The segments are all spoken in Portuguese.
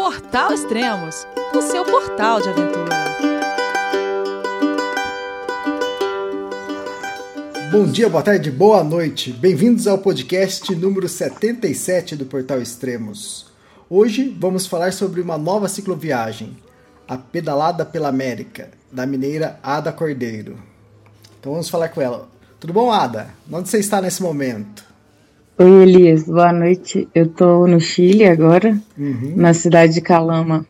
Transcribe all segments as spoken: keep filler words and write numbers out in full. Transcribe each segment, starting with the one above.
Portal Extremos, o seu portal de aventura. Bom dia, boa tarde, boa noite. Bem-vindos ao podcast número setenta e sete do Portal Extremos. Hoje vamos falar sobre uma nova cicloviagem, a Pedalada pela América, da mineira Ada Cordeiro. Então vamos falar com ela. Tudo bom, Ada? Onde você está nesse momento? Oi, Elias. Boa noite. Eu estou no Chile agora, uhum. na cidade de Calama.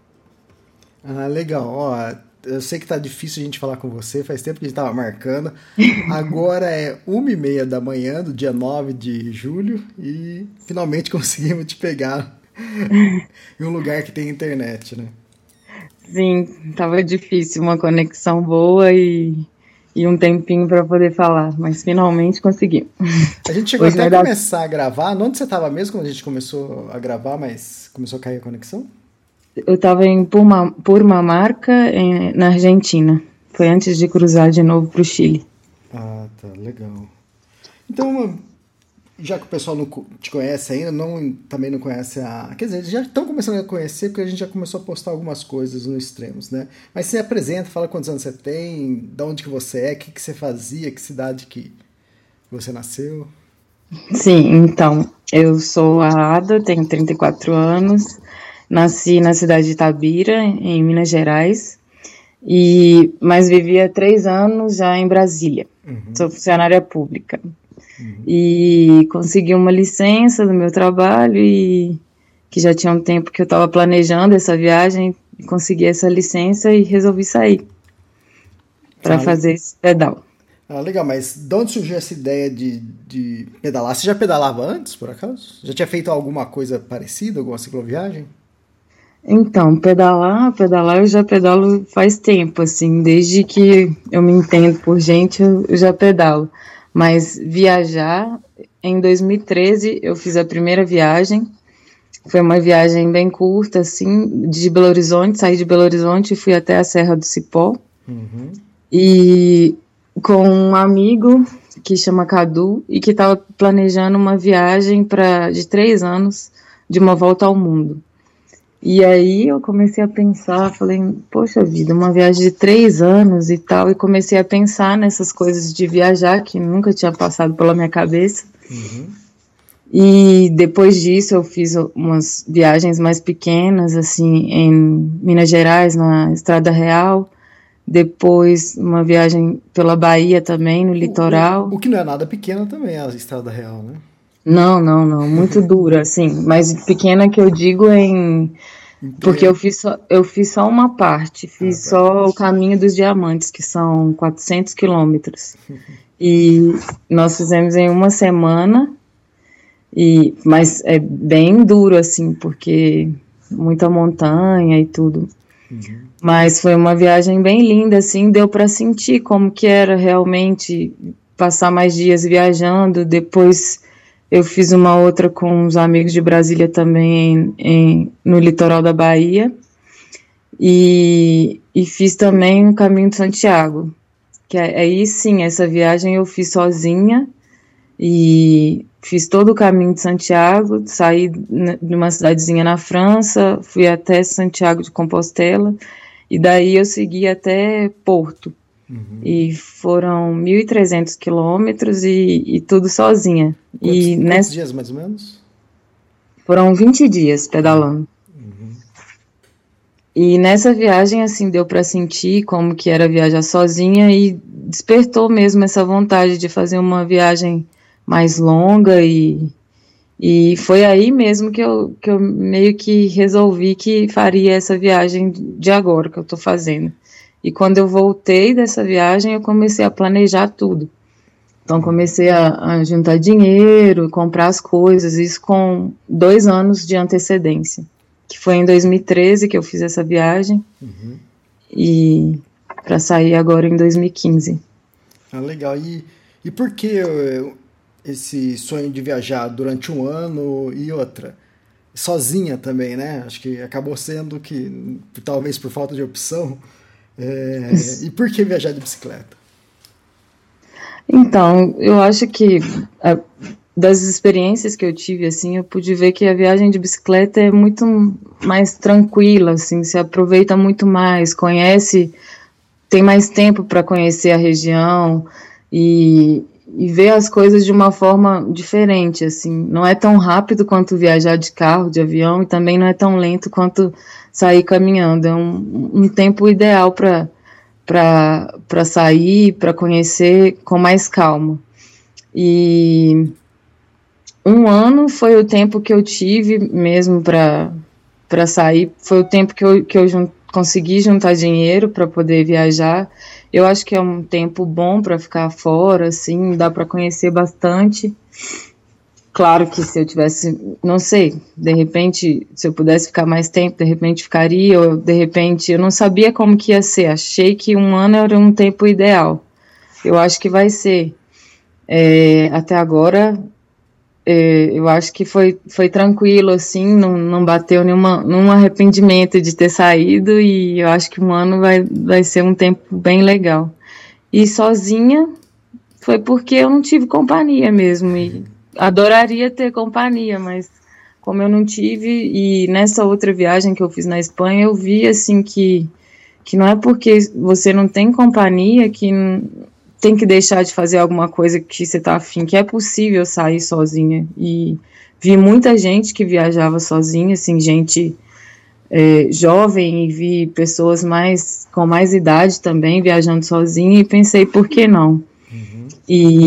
Ah, legal. Ó, eu sei que tá difícil a gente falar com você, faz tempo que a gente tava marcando. Agora é uma e meia da manhã do dia nove de julho e finalmente conseguimos te pegar em um lugar que tem internet, né? Sim, tava difícil, uma conexão boa e... e um tempinho para poder falar, mas finalmente consegui. A gente chegou Hoje até a começar dar... a gravar. Onde você estava mesmo quando a gente começou a gravar, mas começou a cair a conexão? Eu estava em Purma, Purmamarca, em, na Argentina. Foi antes de cruzar de novo para o Chile. Ah, tá, legal. Então, já que o pessoal não te conhece ainda, não, também não conhece a... Quer dizer, já estão começando a conhecer, porque a gente já começou a postar algumas coisas no Extremos, né? Mas você apresenta, fala quantos anos você tem, de onde que você é, o que, que você fazia, que cidade que você nasceu. Sim, então, eu sou a Ada, tenho trinta e quatro anos, nasci na cidade de Itabira, em Minas Gerais, e, mas vivi há três anos já em Brasília. Uhum. Sou funcionária pública. Uhum. E consegui uma licença do meu trabalho e que já tinha um tempo que eu estava planejando essa viagem, consegui essa licença e resolvi sair para ah, fazer esse pedal. Ah, legal, mas de onde surgiu essa ideia de, de pedalar? Você já pedalava antes, por acaso? Já tinha feito alguma coisa parecida, alguma cicloviagem? Então, pedalar, pedalar eu já pedalo faz tempo, assim, desde que eu me entendo por gente, eu, eu já pedalo. Mas viajar, em dois mil e treze eu fiz a primeira viagem, foi uma viagem bem curta, assim, de Belo Horizonte, saí de Belo Horizonte e fui até a Serra do Cipó, uhum. e com um amigo que chama Cadu, e que estava planejando uma viagem pra, de três anos, de uma volta ao mundo. E aí eu comecei a pensar, falei, poxa vida, uma viagem de três anos e tal, e comecei a pensar nessas coisas de viajar, que nunca tinha passado pela minha cabeça. Uhum. E depois disso eu fiz umas viagens mais pequenas, assim, em Minas Gerais, na Estrada Real, depois uma viagem pela Bahia também, no litoral. O, o, o que não é nada pequena também, a Estrada Real, né? Não, não, não, muito dura, assim, mas pequena que eu digo em... Porque eu fiz só, eu fiz só uma parte, fiz ah, só o Caminho dos Diamantes, que são quatrocentos quilômetros, e nós fizemos em uma semana, e, mas é bem duro, assim, porque muita montanha e tudo, uhum. Mas foi uma viagem bem linda, assim, deu para sentir como que era realmente passar mais dias viajando. Depois eu fiz uma outra com uns amigos de Brasília também em, em, no litoral da Bahia, e, e fiz também o Caminho de Santiago, que aí sim, essa viagem eu fiz sozinha, e fiz todo o Caminho de Santiago, saí de uma cidadezinha na França, fui até Santiago de Compostela, e daí eu segui até Porto. Uhum. E foram mil e trezentos quilômetros e, e tudo sozinha. Quantos, e quantos nessa... dias mais ou menos? Foram vinte dias pedalando. Uhum. E nessa viagem, assim, deu para sentir como que era viajar sozinha e despertou mesmo essa vontade de fazer uma viagem mais longa e, e foi aí mesmo que eu, que eu meio que resolvi que faria essa viagem de agora que eu tô fazendo. E quando eu voltei dessa viagem, eu comecei a planejar tudo. Então, comecei a, a juntar dinheiro, comprar as coisas, isso com dois anos de antecedência. Que foi em dois mil e treze que eu fiz essa viagem, uhum. e para sair agora em dois mil e quinze. Ah, legal. E, e por que esse sonho de viajar durante um ano e outra? Sozinha também, né? Acho que acabou sendo que, talvez por falta de opção... É, e por que viajar de bicicleta? Então, eu acho que a das experiências que eu tive, assim, eu pude ver que a viagem de bicicleta é muito mais tranquila, assim, se aproveita muito mais, conhece, tem mais tempo para conhecer a região e, e ver as coisas de uma forma diferente, assim, não é tão rápido quanto viajar de carro, de avião, e também não é tão lento quanto sair caminhando, é um, um tempo ideal para para sair, para conhecer com mais calma. E um ano foi o tempo que eu tive mesmo para para sair, foi o tempo que eu, que eu jun, consegui juntar dinheiro para poder viajar. Eu acho que é um tempo bom para ficar fora, assim, dá para conhecer bastante. Claro que se eu tivesse, não sei, de repente, se eu pudesse ficar mais tempo, de repente ficaria, ou de repente, eu não sabia como que ia ser, achei que um ano era um tempo ideal. Eu acho que vai ser. É, até agora, é, eu acho que foi, foi tranquilo, assim, não, não bateu nenhuma, nenhum arrependimento de ter saído, e eu acho que um ano vai, vai ser um tempo bem legal. E sozinha, foi porque eu não tive companhia mesmo, e adoraria ter companhia, mas como eu não tive, e nessa outra viagem que eu fiz na Espanha, eu vi, assim, que, que não é porque você não tem companhia que tem que deixar de fazer alguma coisa que você tá afim, que é possível sair sozinha. E vi muita gente que viajava sozinha, assim, gente é, jovem, e vi pessoas mais com mais idade também viajando sozinha, e pensei, por que não? Uhum. E,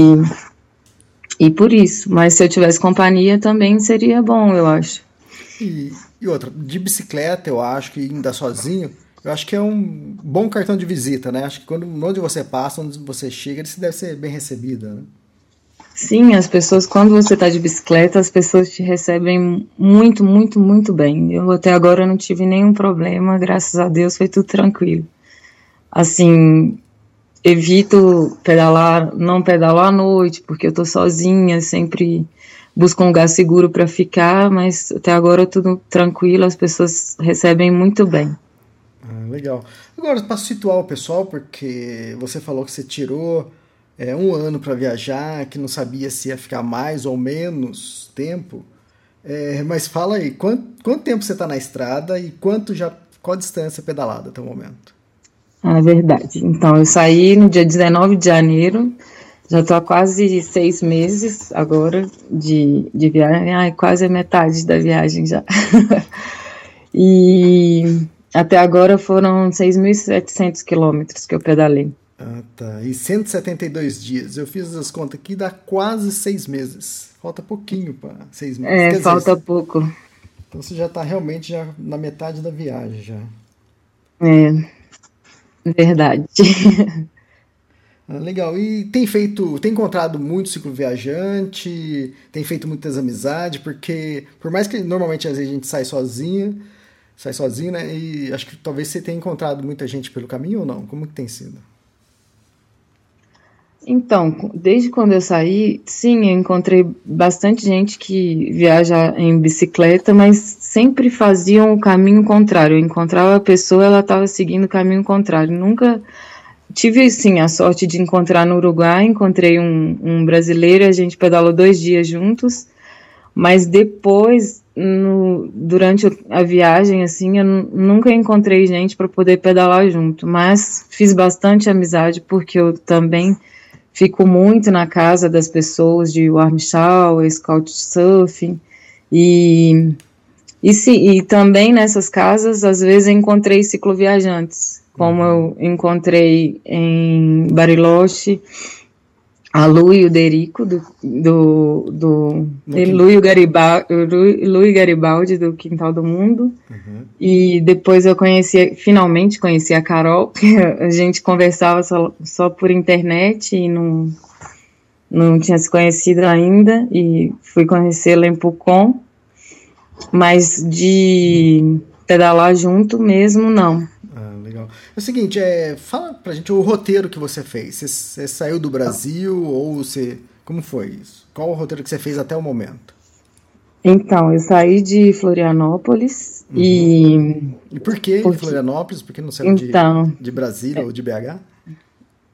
e por isso, mas se eu tivesse companhia também seria bom, eu acho. E, e outra, de bicicleta, eu acho que ainda sozinho, eu acho que é um bom cartão de visita, né? Acho que quando, onde você passa, onde você chega, você deve ser bem recebida, né? Sim, as pessoas, quando você está de bicicleta, as pessoas te recebem muito, muito, muito bem. Eu até agora não tive nenhum problema, graças a Deus, foi tudo tranquilo. Assim, evito pedalar, não pedalo à noite, porque eu tô sozinha, sempre busco um lugar seguro para ficar, mas até agora tudo tranquilo, as pessoas recebem muito bem. Ah, legal. Agora, para situar o pessoal, porque você falou que você tirou é, um ano para viajar, que não sabia se ia ficar mais ou menos tempo, é, mas fala aí, quanto, quanto tempo você está na estrada e quanto já, qual a distância pedalada até o momento? Ah, é verdade. Então, eu saí no dia dezenove de janeiro, já estou há quase seis meses agora de, de viagem, ai, quase a metade da viagem já. E até agora foram seis mil e setecentos quilômetros que eu pedalei. Ah, tá. E cento e setenta e dois dias. Eu fiz as contas aqui, dá quase seis meses. Falta pouquinho para seis meses. É, Quer falta dizer, pouco. Então você já está realmente já na metade da viagem já. É, verdade. Ah, legal. E tem feito, tem encontrado muito cicloviajante, tem feito muitas amizades, porque por mais que normalmente às vezes a gente sai sozinha, sai sozinho, né? E acho que talvez você tenha encontrado muita gente pelo caminho ou não? Como que tem sido? Então, desde quando eu saí, sim, eu encontrei bastante gente que viaja em bicicleta, mas sempre faziam o caminho contrário. Eu encontrava a pessoa, ela estava seguindo o caminho contrário. Nunca tive, sim, a sorte de encontrar no Uruguai, encontrei um, um brasileiro, a gente pedalou dois dias juntos, mas depois, no, durante a viagem, assim, eu nunca encontrei gente para poder pedalar junto, mas fiz bastante amizade, porque eu também fico muito na casa das pessoas de warm shower, couchsurfing, e, e, se, e também nessas casas, às vezes, encontrei cicloviajantes, como eu encontrei em Bariloche, a Lu e o Derico, do, do, do Lu e o Garibaldi, Lu e Garibaldi, do Quintal do Mundo, uhum. E depois eu conheci, finalmente conheci a Carol, que a gente conversava só, só por internet e não, não tinha se conhecido ainda, e fui conhecê-la em Pucón, mas de pedalar junto mesmo, não. Ah, legal. É o seguinte, é, fala pra gente o roteiro que você fez. Você, você saiu do Brasil ou você... Como foi isso? Qual o roteiro que você fez até o momento? Então, eu saí de Florianópolis, uhum. e... E por que Porque... Florianópolis? Por que não saiu então, de, de Brasília é... ou de B H?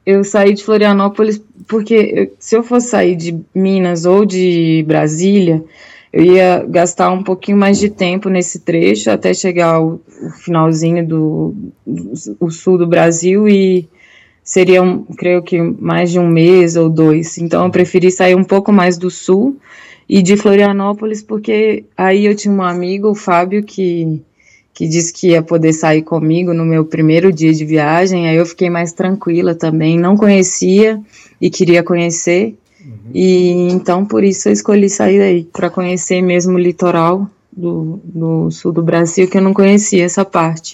eu saí de Florianópolis porque eu, se eu fosse sair de Minas ou de Brasília, eu ia gastar um pouquinho mais de tempo nesse trecho até chegar ao, ao finalzinho do, do o sul do Brasil e seria, um, creio que, mais de um mês ou dois. Então, eu preferi sair um pouco mais do sul e de Florianópolis, porque aí eu tinha um amigo, o Fábio, que, que disse que ia poder sair comigo no meu primeiro dia de viagem. Aí eu fiquei mais tranquila também. Não conhecia e queria conhecer. Uhum. E então, por isso, eu escolhi sair daí, para conhecer mesmo o litoral do, do sul do Brasil, que eu não conhecia essa parte.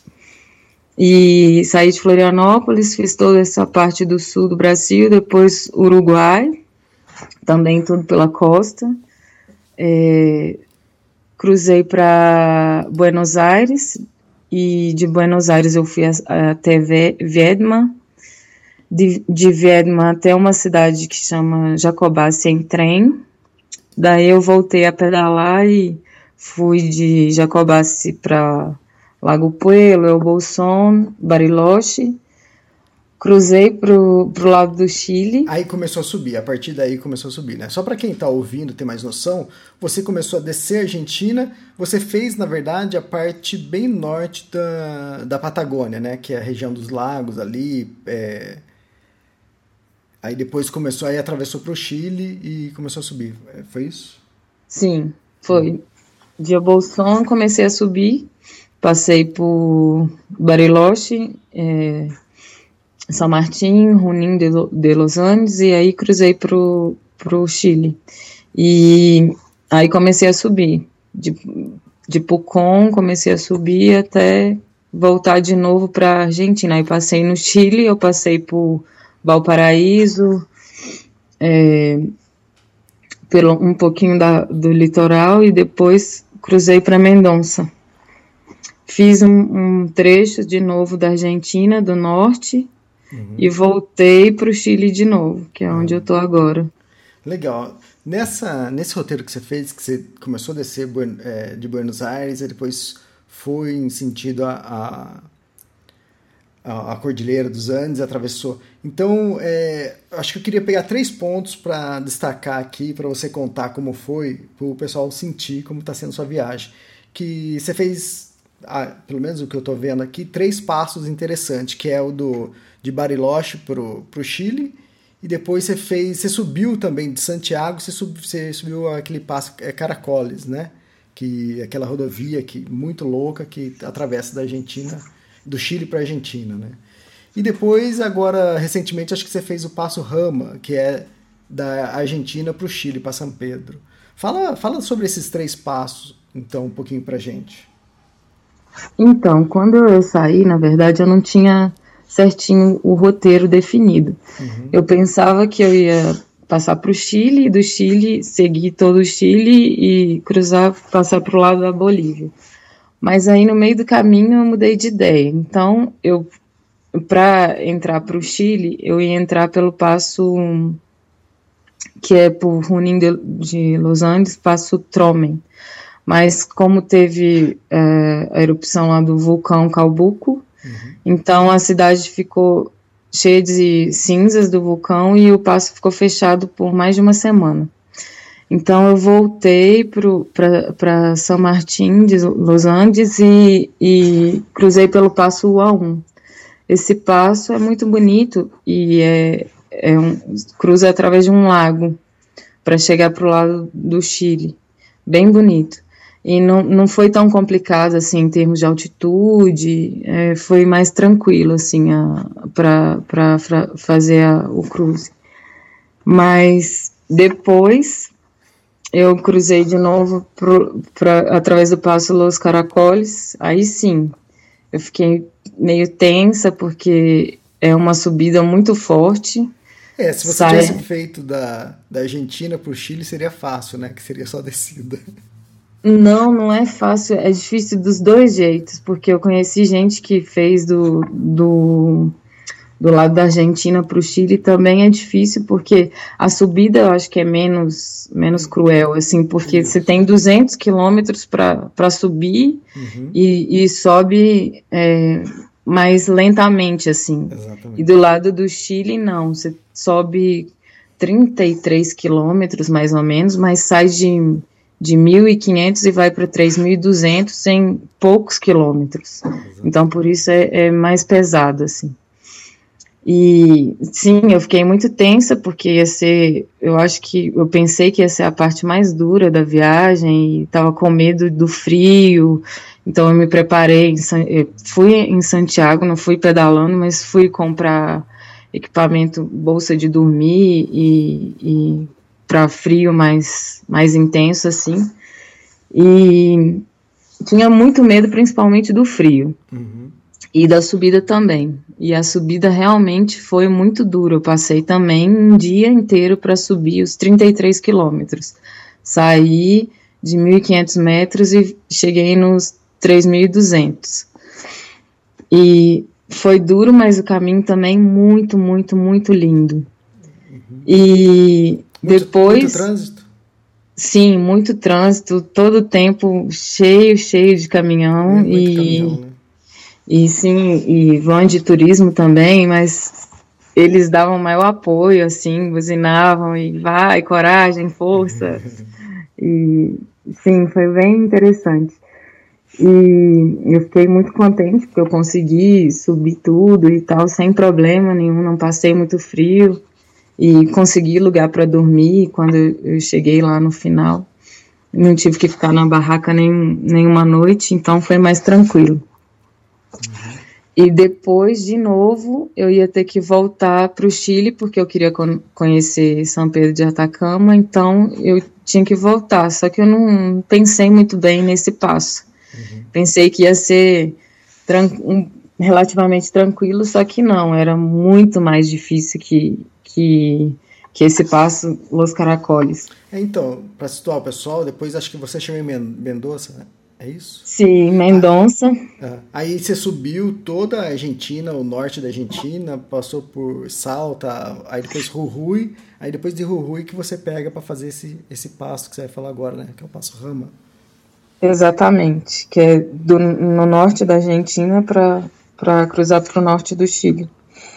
E saí de Florianópolis, fiz toda essa parte do sul do Brasil, depois Uruguai, também tudo pela costa. É, cruzei para Buenos Aires, e de Buenos Aires eu fui a, até Viedma, de, de Viedma até uma cidade que chama Jacobacci em trem. Daí eu voltei a pedalar e fui de Jacobacci para Lago Puelo, El Bolsón, Bariloche, cruzei pro, pro lado do Chile. Aí começou a subir, a partir daí começou a subir, né? Só para quem tá ouvindo ter mais noção, você começou a descer a Argentina, você fez, na verdade, a parte bem norte da, da Patagônia, né? Que é a região dos lagos ali, é... aí depois começou, aí atravessou pro Chile e começou a subir, foi isso? Sim, foi. De El Bolsón comecei a subir, passei por Bariloche, é, São Martín, Junín de, de Los Andes, e aí cruzei pro, pro Chile. E aí comecei a subir. De, de Pucón, comecei a subir até voltar de novo para Argentina. Aí passei no Chile, eu passei por Valparaíso, é, pelo, um pouquinho da, do litoral, e depois cruzei para Mendonça. Fiz um, um trecho de novo da Argentina, do norte, uhum. E voltei para o Chile de novo, que é onde uhum. eu estou agora. Legal. Nessa, nesse roteiro que você fez, que você começou a descer é, de Buenos Aires e depois foi em sentido a, a, a Cordilheira dos Andes, atravessou. Então, é, acho que eu queria pegar três pontos para destacar aqui, para você contar como foi, para o pessoal sentir como está sendo sua viagem. Que você fez... Ah, pelo menos o que eu estou vendo aqui, três passos interessantes, que é o do, de Bariloche para o Chile, e depois você fez, você subiu também de Santiago, você, sub, você subiu aquele passo, é Caracoles, né? Que, aquela rodovia que, muito louca que atravessa da Argentina, do Chile para a Argentina, né? E depois, agora, recentemente, acho que você fez o passo Rama, que é da Argentina para o Chile, para São Pedro. Fala, fala sobre esses três passos, então, um pouquinho para a gente. Então, quando eu saí, na verdade, eu não tinha certinho o roteiro definido. Uhum. Eu pensava que eu ia passar para o Chile, e do Chile seguir todo o Chile e cruzar, passar para o lado da Bolívia. Mas aí, no meio do caminho, eu mudei de ideia. Então, eu, para entrar para o Chile, eu ia entrar pelo passo que é por Junín de, de Los Andes, passo Tromen. Mas como teve é, a erupção lá do vulcão Calbuco, uhum. Então a cidade ficou cheia de cinzas do vulcão e o passo ficou fechado por mais de uma semana. Então eu voltei para São Martín de Los Andes e, e cruzei pelo passo U A um. Esse passo é muito bonito e é, é um, cruza através de um lago para chegar para o lado do Chile. Bem bonito. E não, não foi tão complicado, assim, em termos de altitude, é, foi mais tranquilo, assim, para fazer a, o cruze. Mas depois eu cruzei de novo pro, pra, através do passo Los Caracoles, aí sim, eu fiquei meio tensa, porque é uma subida muito forte. É, se você Sai... tivesse feito da, da Argentina para o Chile, seria fácil, né, que seria só descida. Não, não é fácil, é difícil dos dois jeitos, porque eu conheci gente que fez do, do, do lado da Argentina para o Chile, também é difícil, porque a subida eu acho que é menos, menos cruel, assim, porque você tem duzentos quilômetros para subir, uhum. e, e sobe é, mais lentamente, assim. Exatamente. E do lado do Chile, não. Você sobe trinta e três quilômetros, mais ou menos, mas sai de, de mil e quinhentos e vai para três mil e duzentos em poucos quilômetros. Exatamente. Então, por isso é, é mais pesado, assim. E, sim, eu fiquei muito tensa, porque ia ser, eu acho que, eu pensei que ia ser a parte mais dura da viagem, e estava com medo do frio, então eu me preparei, eu fui em Santiago, não fui pedalando, mas fui comprar equipamento, bolsa de dormir e, e para frio mais, mais intenso, assim, e tinha muito medo, principalmente do frio. Uhum. E da subida também. E a subida realmente foi muito dura. Eu passei também um dia inteiro para subir os trinta e três quilômetros. Saí de mil e quinhentos metros e cheguei nos três mil e duzentos. E foi duro, mas o caminho também muito, muito, muito lindo. Uhum. E muito, depois... Muito trânsito? Sim, muito trânsito, todo o tempo cheio, cheio de caminhão. Muito e... caminhão, né? E sim, e van de turismo também, mas eles davam maior apoio, assim, buzinavam e vai, coragem, força. E sim, foi bem interessante. E eu fiquei muito contente porque eu consegui subir tudo e tal, sem problema nenhum, não passei muito frio e consegui lugar para dormir quando eu cheguei lá no final. Não tive que ficar na barraca nem, nenhuma noite, então foi mais tranquilo. Uhum. E depois, de novo, eu ia ter que voltar para o Chile, porque eu queria con- conhecer São Pedro de Atacama, então eu tinha que voltar, só que eu não pensei muito bem nesse passo. Uhum. Pensei que ia ser tran- um, relativamente tranquilo, só que não, era muito mais difícil que, que, que esse passo Los Caracoles. É, então, para situar o pessoal, depois acho que você chegou em Mendoza, né? É isso? Sim, Mendonça. Ah, aí você subiu toda a Argentina, o norte da Argentina, passou por Salta, aí depois Jujuy, aí depois de Jujuy que você pega para fazer esse, esse passo que você vai falar agora, né? Que é o passo Rama. Exatamente, que é do, no norte da Argentina para cruzar para o norte do Chile.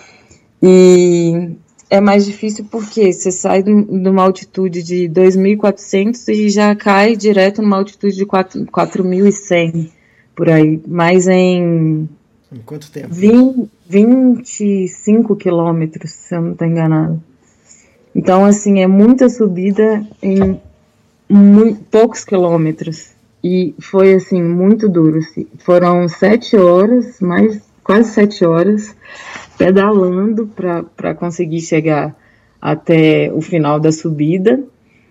E é mais difícil porque você sai de uma altitude de dois mil e quatrocentos e já cai direto numa altitude de quatro mil e cem, por aí. Mas em... Em quanto tempo? vinte, vinte e cinco quilômetros, se eu não estou enganado. Então, assim, é muita subida em muito, poucos quilômetros. E foi, assim, muito duro. Foram sete horas, mais quase sete horas, pedalando para conseguir chegar até o final da subida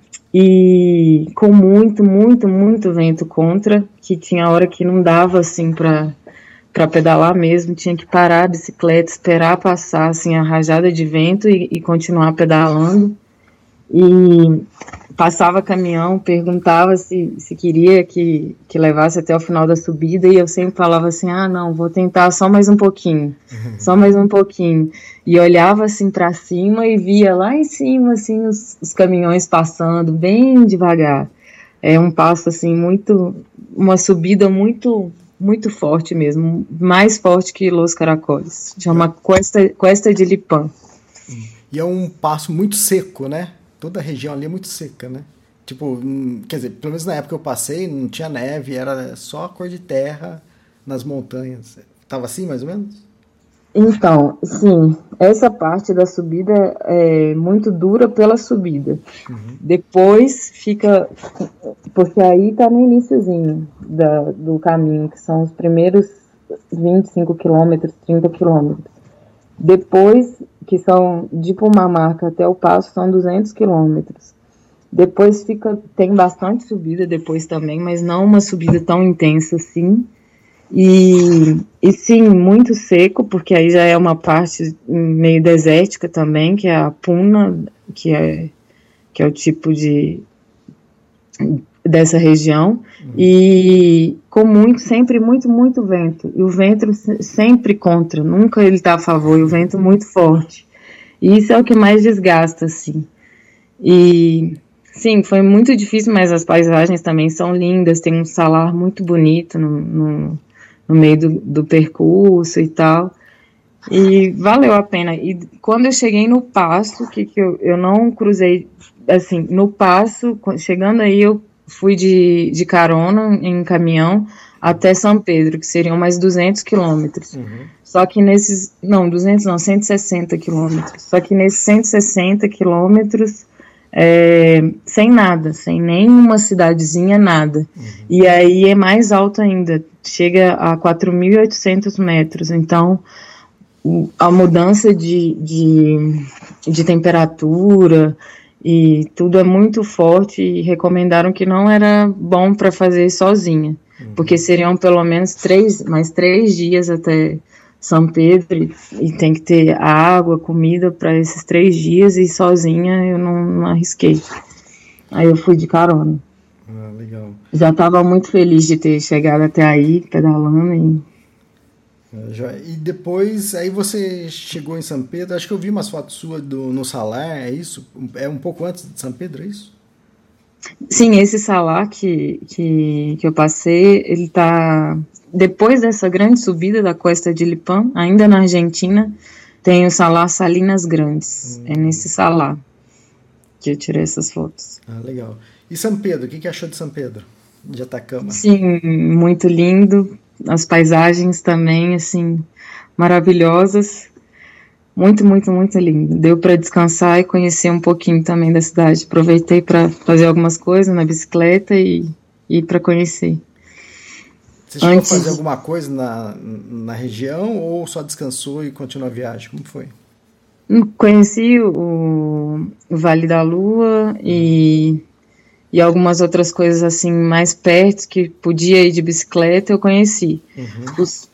e com muito, muito, muito vento contra, que tinha hora que não dava assim para para pedalar mesmo, tinha que parar a bicicleta, esperar passar assim a rajada de vento e, e continuar pedalando. E passava caminhão, perguntava se, se queria que, que levasse até o final da subida, e eu sempre falava assim, ah não, vou tentar só mais um pouquinho, só mais um pouquinho, e olhava assim para cima e via lá em cima assim os, os caminhões passando bem devagar. É um passo assim muito, uma subida muito muito forte mesmo, mais forte que Los Caracoles, chama Cuesta, Cuesta de Lipán. E é um passo muito seco, né? Toda a região ali é muito seca, né? Tipo, quer dizer, pelo menos na época que eu passei, não tinha neve, era só cor de terra nas montanhas. Tava assim, mais ou menos? Então, sim, essa parte da subida é muito dura pela subida. Uhum. Depois fica... Porque aí tá no iniciozinho da, do caminho, que são os primeiros vinte e cinco quilômetros, trinta quilômetros. Depois, que são de Pumamarca até o Passo, são duzentos quilômetros. Depois fica, tem bastante subida depois também, mas não uma subida tão intensa assim. E, e sim, muito seco, porque aí já é uma parte meio desértica também, que é a Puna, que é, que é o tipo de dessa região, uhum. E com muito, sempre muito, muito vento, e o vento sempre contra, nunca ele está a favor, e o vento muito forte, e isso é o que mais desgasta, assim, e sim, foi muito difícil, mas as paisagens também são lindas, tem um salar muito bonito no, no, no meio do, do percurso e tal. E valeu a pena. E quando eu cheguei no Passo, que, que eu, eu não cruzei, assim, no Passo, chegando aí eu fui de, de carona em caminhão até São Pedro, que seriam mais duzentos quilômetros. Uhum. Só que nesses, não, duzentos não, cento e sessenta quilômetros. Só que nesses cento e sessenta quilômetros, é, sem nada, sem nenhuma cidadezinha, nada. Uhum. E aí é mais alto ainda, chega a quatro mil e oitocentos metros. Então, a mudança de, de, de temperatura e tudo é muito forte, e recomendaram que não era bom para fazer sozinha, uhum. porque seriam pelo menos três, mais três dias até São Pedro, e, e tem que ter água, comida para esses três dias, e sozinha eu não, não arrisquei. Aí eu fui de carona. Ah, legal. Já estava muito feliz de ter chegado até aí, pedalando, e E depois, aí você chegou em São Pedro, acho que eu vi umas fotos suas do, no Salar, é isso? É um pouco antes de São Pedro, é isso? Sim, esse Salar que, que, que eu passei, ele tá depois dessa grande subida da Cuesta de Lipã, ainda na Argentina, tem o Salar Salinas Grandes, hum. é nesse Salar que eu tirei essas fotos. Ah, legal. E São Pedro, o que, que achou de São Pedro, de Atacama? Sim, muito lindo. As paisagens também, assim, maravilhosas. Muito, muito, muito lindo. Deu para descansar e conhecer um pouquinho também da cidade. Aproveitei para fazer algumas coisas na bicicleta e ir para conhecer. Você chegou Antes... a fazer alguma coisa na, na região ou só descansou e continuou a viagem? Como foi? Conheci o, o Vale da Lua e... e algumas outras coisas assim mais perto que podia ir de bicicleta, eu conheci. Uhum. Os,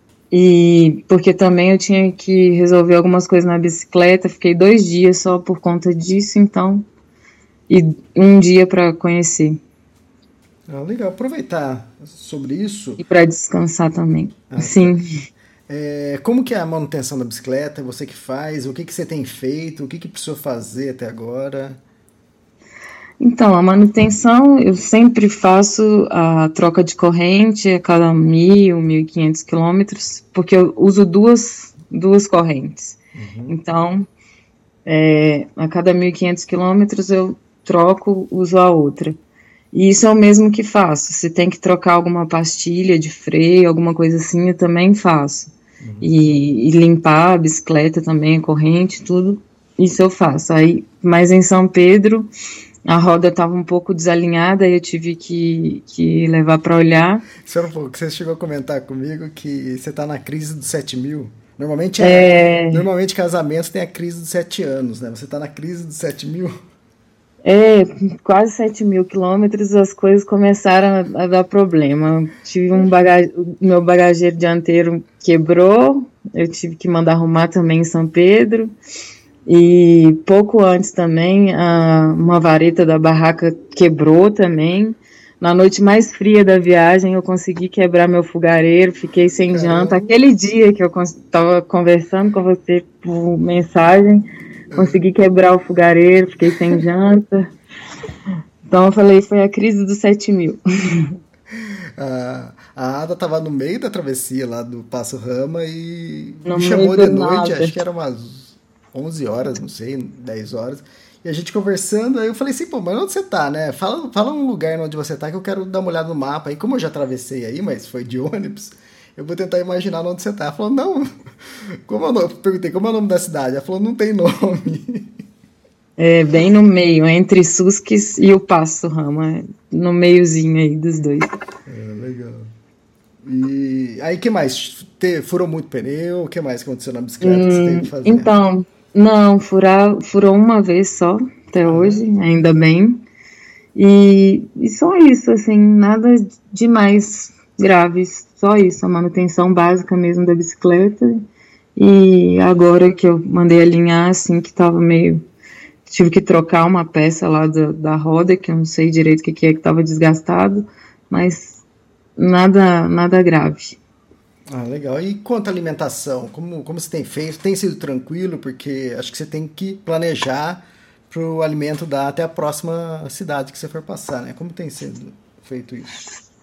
e porque também eu tinha que resolver algumas coisas na bicicleta, fiquei dois dias só por conta disso, então, e um dia para conhecer. Ah, legal, aproveitar sobre isso. E para descansar também, ah, sim. Tá. É, como que é a manutenção da bicicleta? Você que faz? O que, que você tem feito? O que, que precisou fazer até agora? Então, a manutenção, eu sempre faço a troca de corrente a cada mil, mil e quinhentos quilômetros, porque eu uso duas, duas correntes. Uhum. Então, é, a cada mil e quinhentos quilômetros eu troco, uso a outra. E isso é o mesmo que faço. Se tem que trocar alguma pastilha de freio, alguma coisa assim, eu também faço. Uhum. E, e limpar a bicicleta também, a corrente, tudo, isso eu faço. Aí, mas em São Pedro... a roda estava um pouco desalinhada e eu tive que, que levar para olhar. Espera um pouco, você chegou a comentar comigo que você está na crise dos sete mil. Normalmente, é... É... normalmente casamento tem a crise dos sete anos, né? Você está na crise dos sete mil? É, quase sete mil quilômetros, as coisas começaram a, a dar problema. Tive um bagage... o meu bagageiro dianteiro quebrou, eu tive que mandar arrumar também em São Pedro. E pouco antes também, a, uma vareta da barraca quebrou também. Na noite mais fria da viagem, eu consegui quebrar meu fogareiro, fiquei sem Caramba. janta. Aquele dia que eu estava conversando com você por mensagem, consegui quebrar o fogareiro, fiquei sem janta. Então eu falei, foi a crise dos sete mil. A, a Ada estava no meio da travessia lá do Passo Rama e no me chamou de noite, nada. Acho que era umas onze horas, não sei, dez horas, e a gente conversando, aí eu falei assim, pô, mas onde você tá, né? Fala, fala um lugar onde você tá que eu quero dar uma olhada no mapa. Aí como eu já atravessei aí, mas foi de ônibus, eu vou tentar imaginar onde você tá. Ela falou, não, como é o nome? Eu perguntei, como é o nome da cidade? Ela falou, não tem nome. É, bem no meio, entre Susques e o Passo Rama, no meiozinho aí dos dois. É, legal. E aí, o que mais? Te, furou muito pneu? O que mais aconteceu na bicicleta hum, que você teve que fazer? Então, não, furar, furou uma vez só, até uhum. hoje, ainda bem. E, e só isso, assim, nada de mais grave, só isso, a manutenção básica mesmo da bicicleta. E agora que eu mandei alinhar, assim, que tava meio... Tive que trocar uma peça lá da, da roda, que eu não sei direito o que, que é, que tava desgastado, mas nada, nada grave. Ah, legal. E quanto à alimentação, como, como você tem feito? Tem sido tranquilo? Porque acho que você tem que planejar para o alimento dar até a próxima cidade que você for passar, né? Como tem sido feito isso?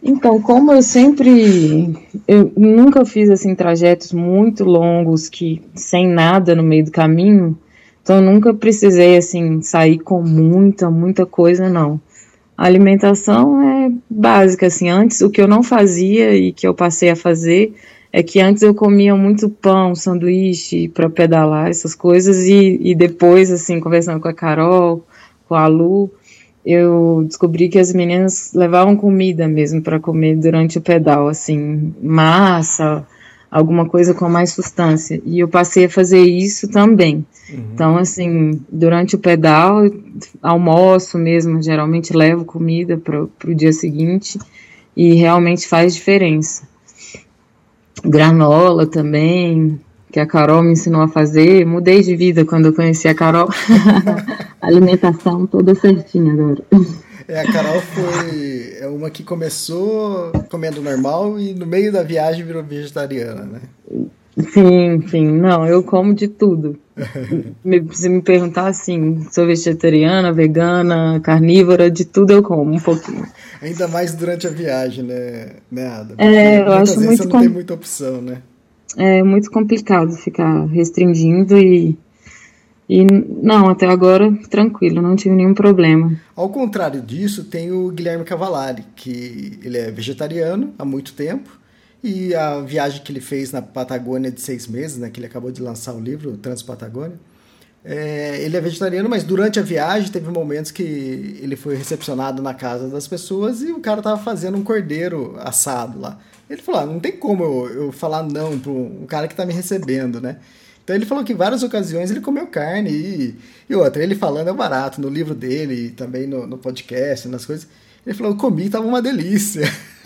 Então, como eu sempre, eu nunca fiz assim trajetos muito longos que sem nada no meio do caminho, então eu nunca precisei assim sair com muita, muita coisa não. A alimentação é básica assim. Antes o que eu não fazia e que eu passei a fazer é que antes eu comia muito pão, sanduíche para pedalar essas coisas e, e depois assim conversando com a Carol, com a Lu, eu descobri que as meninas levavam comida mesmo para comer durante o pedal, assim, massa, alguma coisa com mais substância. E eu passei a fazer isso também. Uhum. Então, assim, durante o pedal, almoço mesmo, geralmente levo comida para o dia seguinte e realmente faz diferença. Granola também, que a Carol me ensinou a fazer. Mudei de vida quando eu conheci a Carol. Alimentação toda certinha agora. É, a Carol foi é uma que começou comendo normal e no meio da viagem virou vegetariana, né? Sim, sim. Não, eu como de tudo. Se me perguntar assim, sou vegetariana, vegana, carnívora, de tudo eu como um pouquinho. Ainda mais durante a viagem, né, né Ada? É, eu muitas acho vezes muito você não com... tem muita opção, né? É muito complicado ficar restringindo e E não, até agora tranquilo, não tive nenhum problema. Ao contrário disso, tem o Guilherme Cavallari, que ele é vegetariano há muito tempo, e a viagem que ele fez na Patagônia de seis meses, né, que ele acabou de lançar o livro, Transpatagônia, é, ele é vegetariano, mas durante a viagem teve momentos que ele foi recepcionado na casa das pessoas e o cara tava fazendo um cordeiro assado lá. Ele falou, ah, não tem como eu, eu falar não para um cara que tá me recebendo, né? Então ele falou que em várias ocasiões ele comeu carne e, e outra, ele falando é barato, no livro dele e também no, no podcast, nas coisas, ele falou, eu comi, tava uma delícia.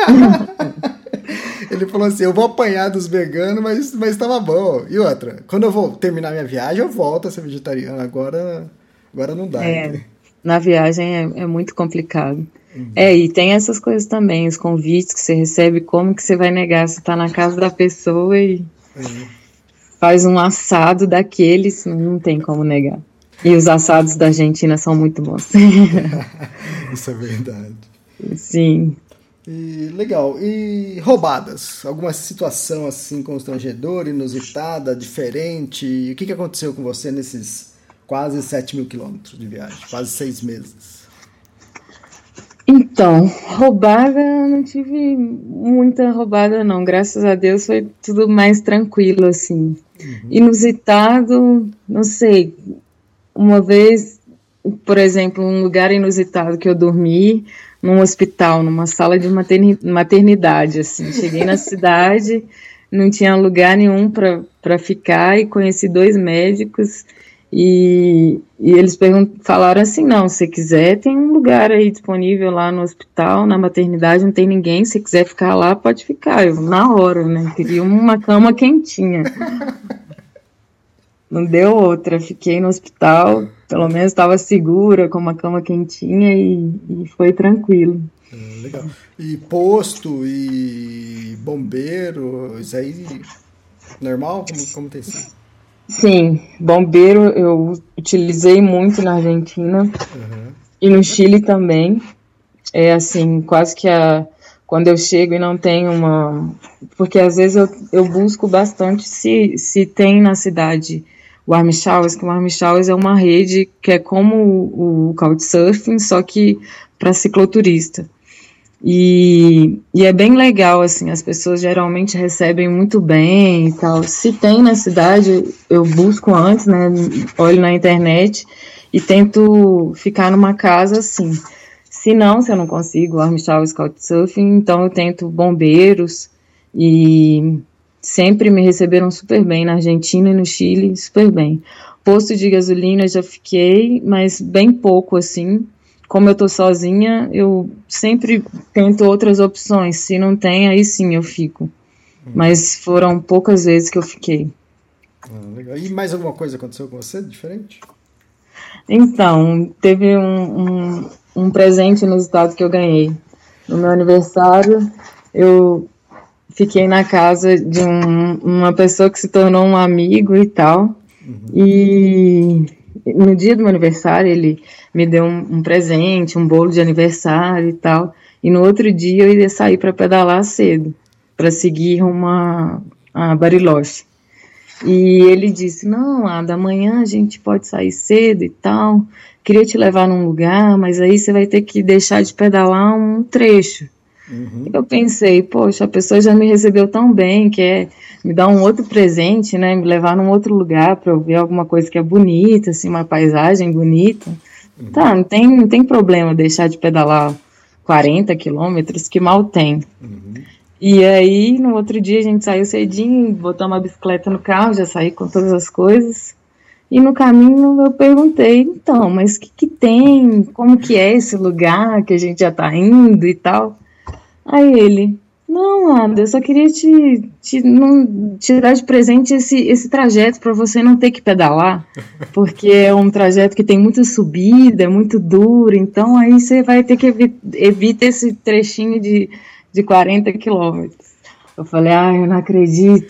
Ele falou assim, eu vou apanhar dos veganos, mas, mas tava bom. E outra, quando eu vou terminar minha viagem, eu volto a ser vegetariano, agora, agora não dá. É, né? Na viagem é, é muito complicado. Uhum. É, e tem essas coisas também, os convites que você recebe, como que você vai negar? Você tá na casa da pessoa e... Uhum. Faz um assado daqueles, não tem como negar. E os assados da Argentina são muito bons. Isso é verdade. Sim. E, legal. E roubadas? Alguma situação assim constrangedora, inusitada, diferente? O que, que aconteceu com você nesses quase sete mil quilômetros de viagem? Quase seis meses. Então, roubada, não tive muita roubada não, graças a Deus foi tudo mais tranquilo, assim. Uhum. Inusitado, não sei, uma vez, por exemplo, um lugar inusitado que eu dormi, num hospital, numa sala de maternidade, assim, cheguei na cidade, não tinha lugar nenhum para ficar e conheci dois médicos. E, e eles falaram assim, não, se quiser tem um lugar aí disponível lá no hospital, na maternidade, não tem ninguém, se quiser ficar lá, pode ficar. Eu, na hora, né, queria uma cama quentinha. Não deu outra, fiquei no hospital, pelo menos estava segura, com uma cama quentinha e, e foi tranquilo. É, legal. E posto e bombeiro, isso aí normal? Como, como tem sido? Sim, bombeiro eu utilizei muito na Argentina uhum. e no Chile também. É assim, quase que a, quando eu chego e não tem uma... Porque às vezes eu, eu busco bastante se, se tem na cidade o Warm Showers, que o Warm Showers é uma rede que é como o, o Couchsurfing, só que para cicloturista. E, e é bem legal, assim, as pessoas geralmente recebem muito bem e tal. Se tem na cidade, eu busco antes, né, olho na internet e tento ficar numa casa assim. Se não, se eu não consigo, Warm Showers, Couchsurfing, então eu tento bombeiros e sempre me receberam super bem na Argentina e no Chile, super bem. Posto de gasolina já fiquei, mas bem pouco, assim. Como eu tô sozinha, eu sempre tento outras opções. Se não tem, aí sim eu fico. Hum. Mas foram poucas vezes que eu fiquei. Ah, legal. E mais alguma coisa aconteceu com você diferente? Então, teve um, um, um presente inusitado que eu ganhei. No meu aniversário, eu fiquei na casa de um, uma pessoa que se tornou um amigo e tal. Uhum. E no dia do meu aniversário, ele me deu um, um presente, um bolo de aniversário e tal. E no outro dia eu ia sair para pedalar cedo, para seguir uma a Bariloche. E ele disse, não, ah, da manhã a gente pode sair cedo e tal, queria te levar num lugar, mas aí você vai ter que deixar de pedalar um trecho. Uhum. Eu pensei, poxa, a pessoa já me recebeu tão bem, quer me dar um outro presente, né, me levar num outro lugar para eu ver alguma coisa que é bonita, assim, uma paisagem bonita. Uhum. Tá, não tem, não tem problema deixar de pedalar quarenta quilômetros, que mal tem. Uhum. E aí, no outro dia, a gente saiu cedinho, botamos a bicicleta no carro, já saí com todas as coisas. E no caminho eu perguntei, então, mas o que, que tem? Como que é esse lugar que a gente já tá indo e tal? Aí ele, não, Ada, eu só queria te, te, não, te dar de presente esse, esse trajeto para você não ter que pedalar, porque é um trajeto que tem muita subida, é muito duro, então aí você vai ter que evi- evitar esse trechinho de... de quarenta quilômetros. Eu falei, ah, eu não acredito.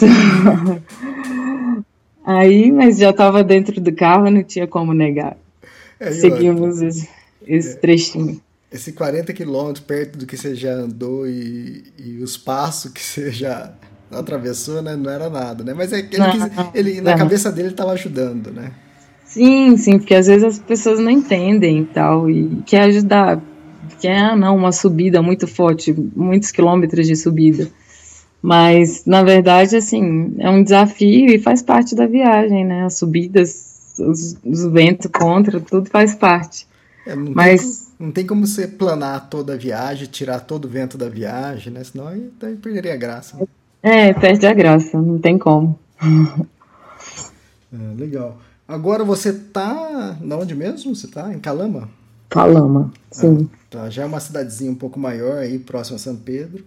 Aí, mas já estava dentro do carro, não tinha como negar. É, seguimos eu, esse, esse é, trechinho. Esse quarenta quilômetros perto do que você já andou e, e os passos que você já atravessou, né, não era nada, né? Mas é que ele, não, quis, ele na não. cabeça dele estava ajudando, né? Sim, sim, porque às vezes as pessoas não entendem e tal, e quer ajudar. Que é, não, uma subida muito forte, muitos quilômetros de subida. Mas, na verdade, assim, é um desafio e faz parte da viagem, né? As subidas, os, os ventos contra, tudo faz parte. É, não, Mas, tem, não tem como você planar toda a viagem, tirar todo o vento da viagem, né? Senão aí, aí perderia a graça. Né? É, perde a graça, não tem como. É, legal. Agora você tá... onde mesmo? Você tá em Calama? Calama, sim. Ah, tá. Já é uma cidadezinha um pouco maior aí, próxima a São Pedro.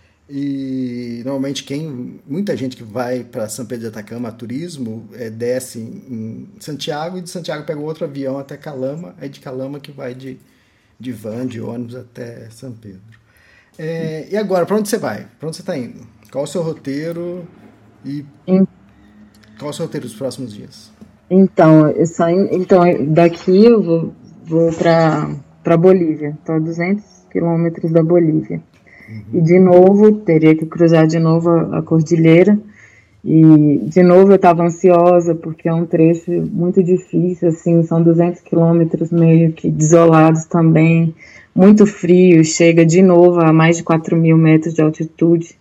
E normalmente quem, muita gente que vai para São Pedro de Atacama a turismo é, desce em Santiago e de Santiago pega outro avião até Calama, é de Calama que vai de, de van, de ônibus até São Pedro. É, e agora, para onde você vai? Para onde você está indo? Qual o seu roteiro e em... qual o seu roteiro dos próximos dias? Então, eu saio, então daqui eu vou, vou para para Bolívia, estou a duzentos quilômetros da Bolívia. Uhum. E de novo, teria que cruzar de novo a, a cordilheira. E de novo eu estava ansiosa, porque é um trecho muito difícil, assim, são duzentos quilômetros meio que desolados também, muito frio, chega de novo a mais de quatro mil metros de altitude.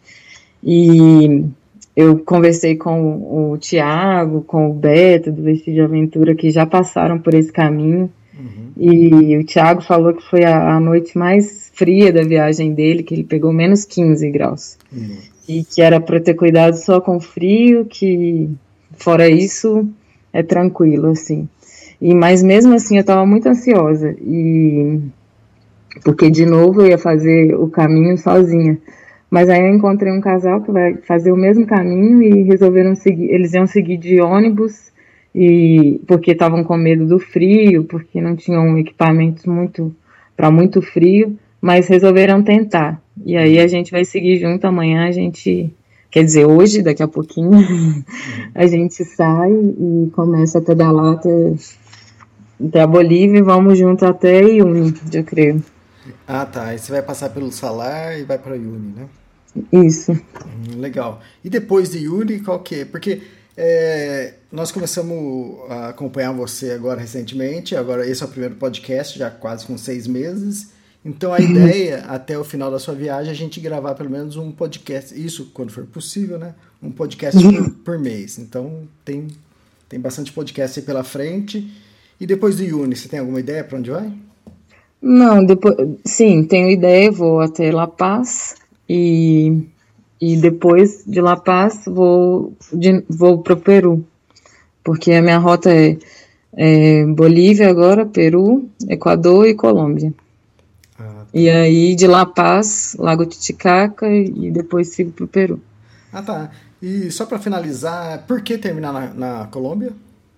E eu conversei com o Tiago, com o Beto, do Vestígio Aventura, que já passaram por esse caminho. Uhum. E o Thiago falou que foi a, a noite mais fria da viagem dele, que ele pegou menos quinze graus. Uhum. E que era para ter cuidado só com o frio, que fora isso é tranquilo, assim. E, mas mesmo assim eu estava muito ansiosa, e, porque de novo eu ia fazer o caminho sozinha. Mas aí eu encontrei um casal que vai fazer o mesmo caminho e resolveram seguir, eles iam seguir de ônibus, e porque estavam com medo do frio, porque não tinham equipamentos muito para muito frio, mas resolveram tentar. E aí a gente vai seguir junto amanhã, a gente, quer dizer, hoje, daqui a pouquinho, a gente sai e começa a pedalar até, até a Bolívia e vamos junto até Uyuni, eu creio. Ah, tá. Aí você vai passar pelo Salar e vai para Uyuni, né? Isso. Hum, legal. E depois de Uyuni, qual que é? Porque é, nós começamos a acompanhar você agora recentemente, agora esse é o primeiro podcast, já quase com seis meses, então a ideia, até o final da sua viagem, é a gente gravar pelo menos um podcast, isso quando for possível, né? Um podcast por, por mês, então tem, tem bastante podcast aí pela frente. E depois de Uyuni, você tem alguma ideia para onde vai? Não, depois, sim, tenho ideia, vou até La Paz e... E depois de La Paz vou, de, vou para o Peru, porque a minha rota é, é Bolívia agora, Peru, Equador e Colômbia. Ah, tá. E aí de La Paz, Lago Titicaca e depois sigo para o Peru. Ah, tá. E só para finalizar, por que terminar na, na Colômbia?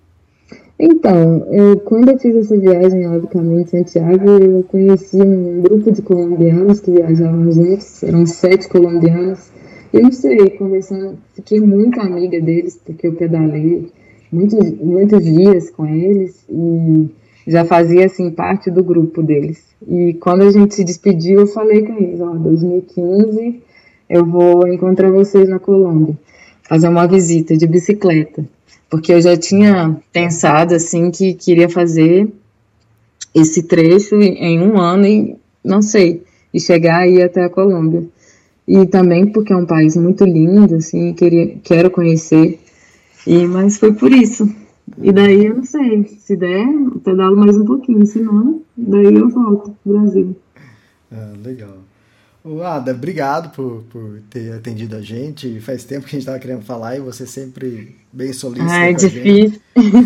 Então, eu, quando eu fiz essa viagem, logicamente, em Santiago, eu conheci um grupo de colombianos que viajavam juntos, eram sete colombianos. Eu não sei, conversando, fiquei muito amiga deles, porque eu pedalei muitos, muitos dias com eles, e já fazia, assim, parte do grupo deles. E quando a gente se despediu, eu falei com eles, ó, dois mil e quinze eu vou encontrar vocês na Colômbia, fazer uma visita de bicicleta. Porque eu já tinha pensado, assim, que queria fazer esse trecho em um ano e, não sei, e chegar aí até a Colômbia. E também porque é um país muito lindo, assim, queria, quero conhecer. E, mas foi por isso. E daí eu não sei, se der, eu pedalo mais um pouquinho, se não, daí eu volto pro Brasil. Ah, legal. Ô, Ada, obrigado por, por ter atendido a gente. Faz tempo que a gente estava querendo falar e você sempre bem solícito. Ah, é difícil.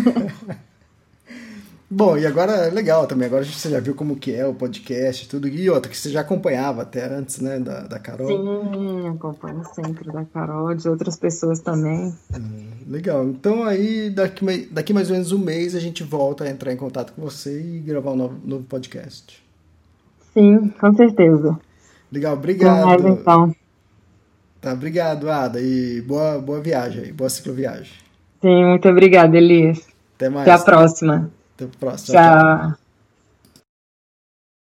Bom, e agora é legal também, agora você já viu como que é o podcast e tudo, e outra, que você já acompanhava até antes, né, da, da Carol. Sim, acompanho sempre da Carol, de outras pessoas também. Hum, legal, então aí daqui, daqui mais ou menos um mês a gente volta a entrar em contato com você e gravar um novo, novo podcast. Sim, com certeza. Legal, obrigado. Mais, então. Tá, obrigado, Ada, e boa, boa viagem aí, boa cicloviagem. Sim, muito obrigada, Elias. Até mais. Até a próxima. Até a próxima. Tchau. Tchau.